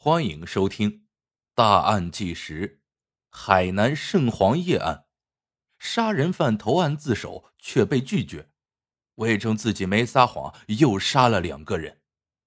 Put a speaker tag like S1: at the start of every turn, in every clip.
S1: 欢迎收听《大案纪实》，海南圣黄叶案。杀人犯投案自首却被拒绝，伪称自己没撒谎，又杀了2个人。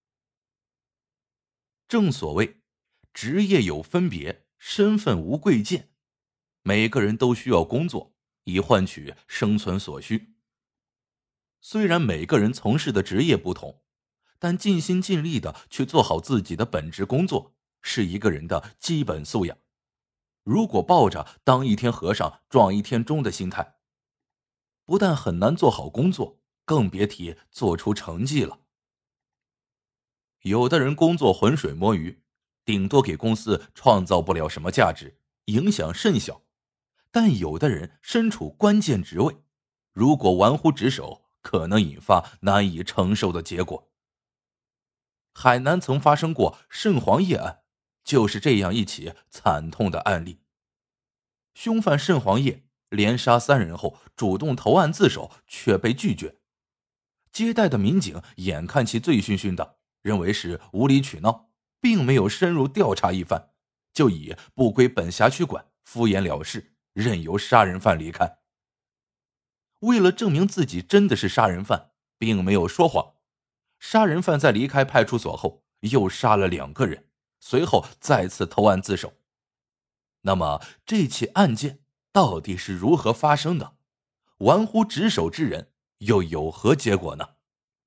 S1: 正所谓，职业有分别，身份无贵贱，每个人都需要工作，以换取生存所需。虽然每个人从事的职业不同，但尽心尽力的去做好自己的本职工作，是一个人的基本素养。如果抱着当一天和尚撞一天钟的心态，不但很难做好工作，更别提做出成绩了。有的人工作浑水摸鱼，顶多给公司创造不了什么价值，影响甚小。但有的人身处关键职位，如果玩忽职守，可能引发难以承受的结果。海南曾发生过圣黄叶案，就是这样一起惨痛的案例。凶犯圣黄叶连杀3人后，主动投案自首，却被拒绝。接待的民警眼看其醉醺醺的，认为是无理取闹，并没有深入调查一番，就以不归本辖区管敷衍了事，任由杀人犯离开。为了证明自己真的是杀人犯，并没有说谎，杀人犯在离开派出所后又杀了2个人，随后再次投案自首。那么这起案件到底是如何发生的？玩忽职守之人又有何结果呢？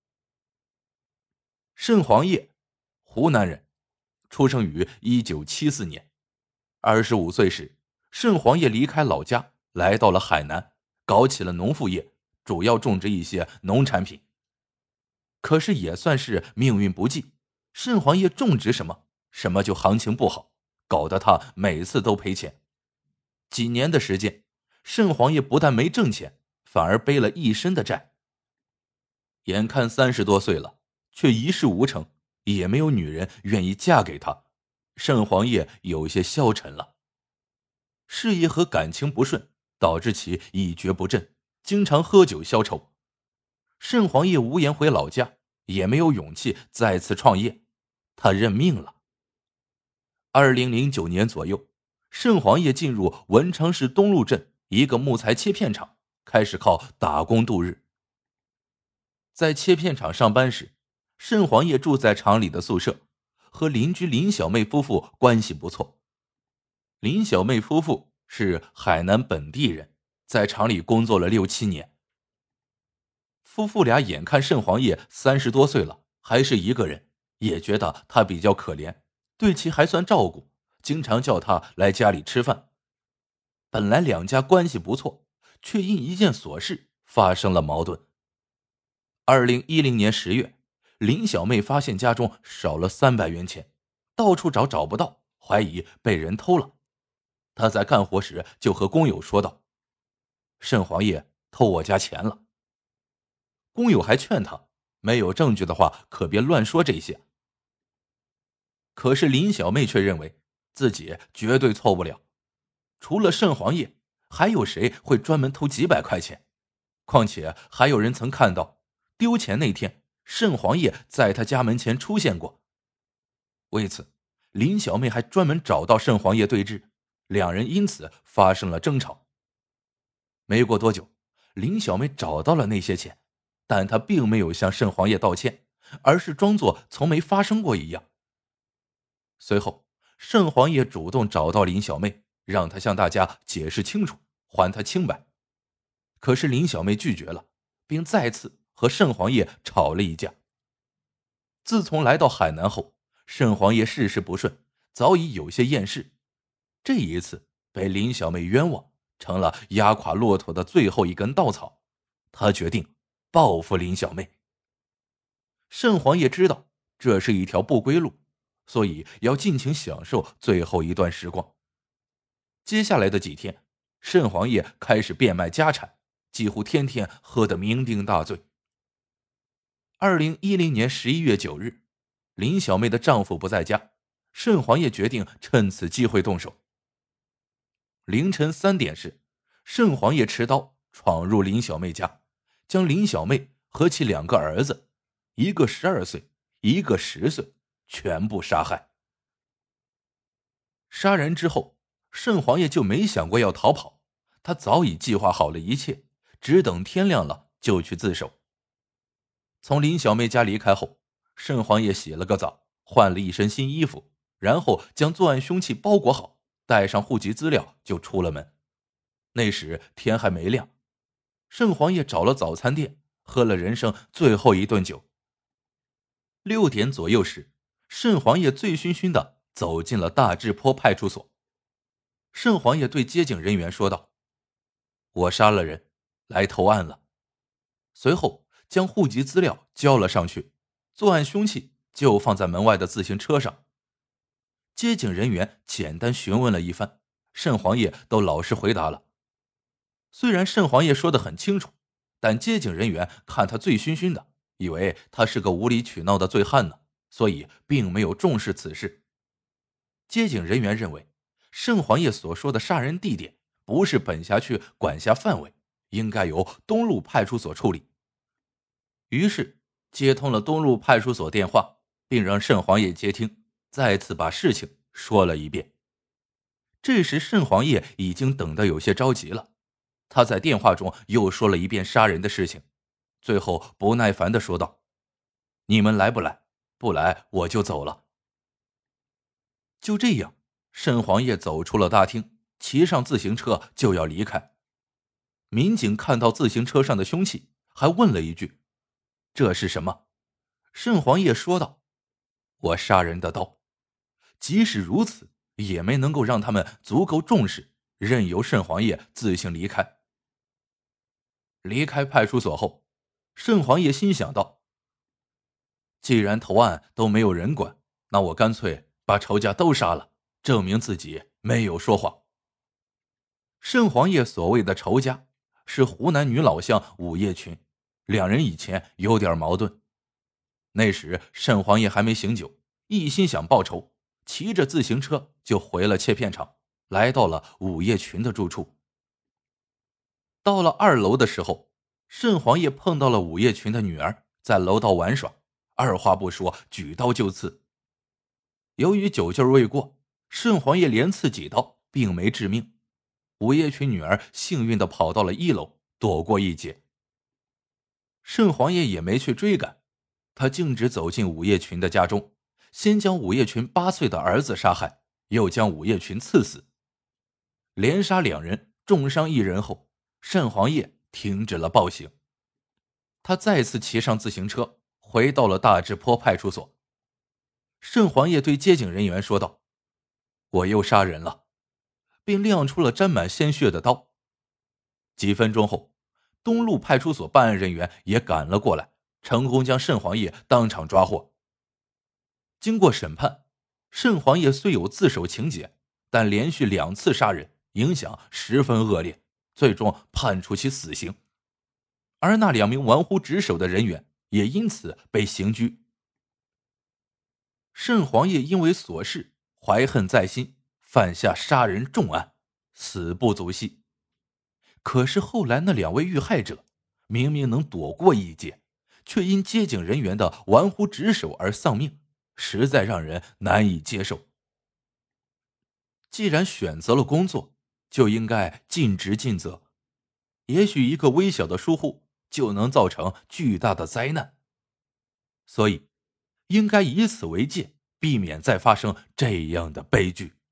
S1: 盛黄叶，湖南人，出生于1974年。25岁时，盛黄叶离开老家，来到了海南，搞起了农副业，主要种植一些农产品。可是也算是命运不济，盛黄叶种植什么，什么就行情不好，搞得他每次都赔钱。几年的时间，盛黄叶不但没挣钱，反而背了一身的债。眼看30多岁了，却一事无成，也没有女人愿意嫁给他，盛黄叶有些消沉了。事业和感情不顺，导致其一蹶不振，经常喝酒消愁。盛黄叶无颜回老家，也没有勇气再次创业，他认命了。2009年左右，盛黄叶进入文昌市东路镇一个木材切片厂，开始靠打工度日。在切片厂上班时，盛黄叶住在厂里的宿舍，和邻居林小妹夫妇关系不错。林小妹夫妇是海南本地人，在厂里工作了6、7年。夫妇俩眼看盛黄叶30多岁了，还是一个人，也觉得他比较可怜，对其还算照顾，经常叫他来家里吃饭。本来2家关系不错，却因一件琐事发生了矛盾。2010年10月，林小妹发现家中少了300元钱，到处找不到，怀疑被人偷了。她在干活时就和工友说道：“盛黄叶偷我家钱了。”工友还劝她，没有证据的话可别乱说这些。可是林小妹却认为自己绝对错不了，除了盛黄叶，还有谁会专门偷几百块钱？况且还有人曾看到丢钱那天，盛黄叶在他家门前出现过。为此，林小妹还专门找到盛黄叶对峙，2人因此发生了争吵。没过多久，林小妹找到了那些钱，但她并没有向盛黄叶道歉，而是装作从没发生过一样。随后，盛黄叶主动找到林小妹，让她向大家解释清楚，还她清白。可是林小妹拒绝了，并再次和盛黄叶吵了一架。自从来到海南后，盛黄叶事事不顺，早已有些厌世。这一次被林小妹冤枉，成了压垮骆驼的最后一根稻草。他决定报复林小妹。盛黄叶知道这是一条不归路，所以要尽情享受最后一段时光。接下来的几天，盛黄叶开始变卖家产，几乎天天喝得酩酊大醉。2010年11月9日，林小妹的丈夫不在家，盛黄叶决定趁此机会动手。凌晨3点时，盛黄叶持刀闯入林小妹家，将林小妹和其2个儿子，一个12岁，一个10岁，全部杀害。 杀人之后，慎皇爷就没想过要逃跑，他早已计划好了一切，只等天亮了就去自首。从林小妹家离开后，慎皇爷洗了个澡，换了一身新衣服，然后将作案凶器包裹好，带上户籍资料就出了门。那时天还没亮，慎皇爷找了早餐店，喝了人生最后一顿酒。6点左右时，慎皇爷醉醺醺地走进了大智坡派出所。慎皇爷对接警人员说道：“我杀了人，来投案了。”随后将户籍资料交了上去，作案凶器就放在门外的自行车上。接警人员简单询问了一番，慎皇爷都老实回答了。虽然慎皇爷说得很清楚，但接警人员看他醉醺醺的，以为他是个无理取闹的醉汉呢，所以并没有重视此事。接警人员认为，慎皇爷所说的杀人地点不是本辖区管辖范围，应该由东路派出所处理。于是接通了东路派出所电话，并让慎皇爷接听，再次把事情说了一遍。这时慎皇爷已经等得有些着急了，他在电话中又说了一遍杀人的事情，最后不耐烦地说道：“你们来不来？不来我就走了。”就这样，慎皇爷走出了大厅，骑上自行车就要离开。民警看到自行车上的凶器，还问了一句：“这是什么？”慎皇爷说道：“我杀人的刀。”即使如此，也没能够让他们足够重视，任由慎皇爷自行离开。离开派出所后，慎皇爷心想道：“既然投案都没有人管，那我干脆把仇家都杀了，证明自己没有说谎。”慎皇爷所谓的仇家是湖南女老乡武叶群，两人以前有点矛盾。那时慎皇爷还没醒酒，一心想报仇，骑着自行车就回了切片厂，来到了武叶群的住处。到了2楼的时候，慎皇爷碰到了武叶群的女儿在楼道玩耍，二话不说举刀就刺。由于酒劲未过，慎皇爷连刺几刀并没致命，武叶群女儿幸运地跑到了1楼，躲过一劫。慎皇爷也没去追赶，他径直走进武叶群的家中，先将武叶群8岁的儿子杀害，又将武叶群刺死。连杀2人，重伤1人后，慎皇爷停止了暴行。他再次骑上自行车，回到了大智坡派出所。慎皇爷对接警人员说道：“我又杀人了。”并亮出了沾满鲜血的刀。几分钟后，东路派出所办案人员也赶了过来，成功将慎皇爷当场抓获。经过审判，慎皇爷虽有自首情节，但连续2次杀人，影响十分恶劣，最终判处其死刑。而那2名玩忽职守的人员也因此被刑拘。慎皇爷因为琐事怀恨在心，犯下杀人重案，死不足惜。可是后来那2位遇害者明明能躲过一劫，却因接警人员的玩忽职守而丧命，实在让人难以接受。既然选择了工作，就应该尽职尽责。也许一个微小的疏忽就能造成巨大的灾难，所以应该以此为戒，避免再发生这样的悲剧。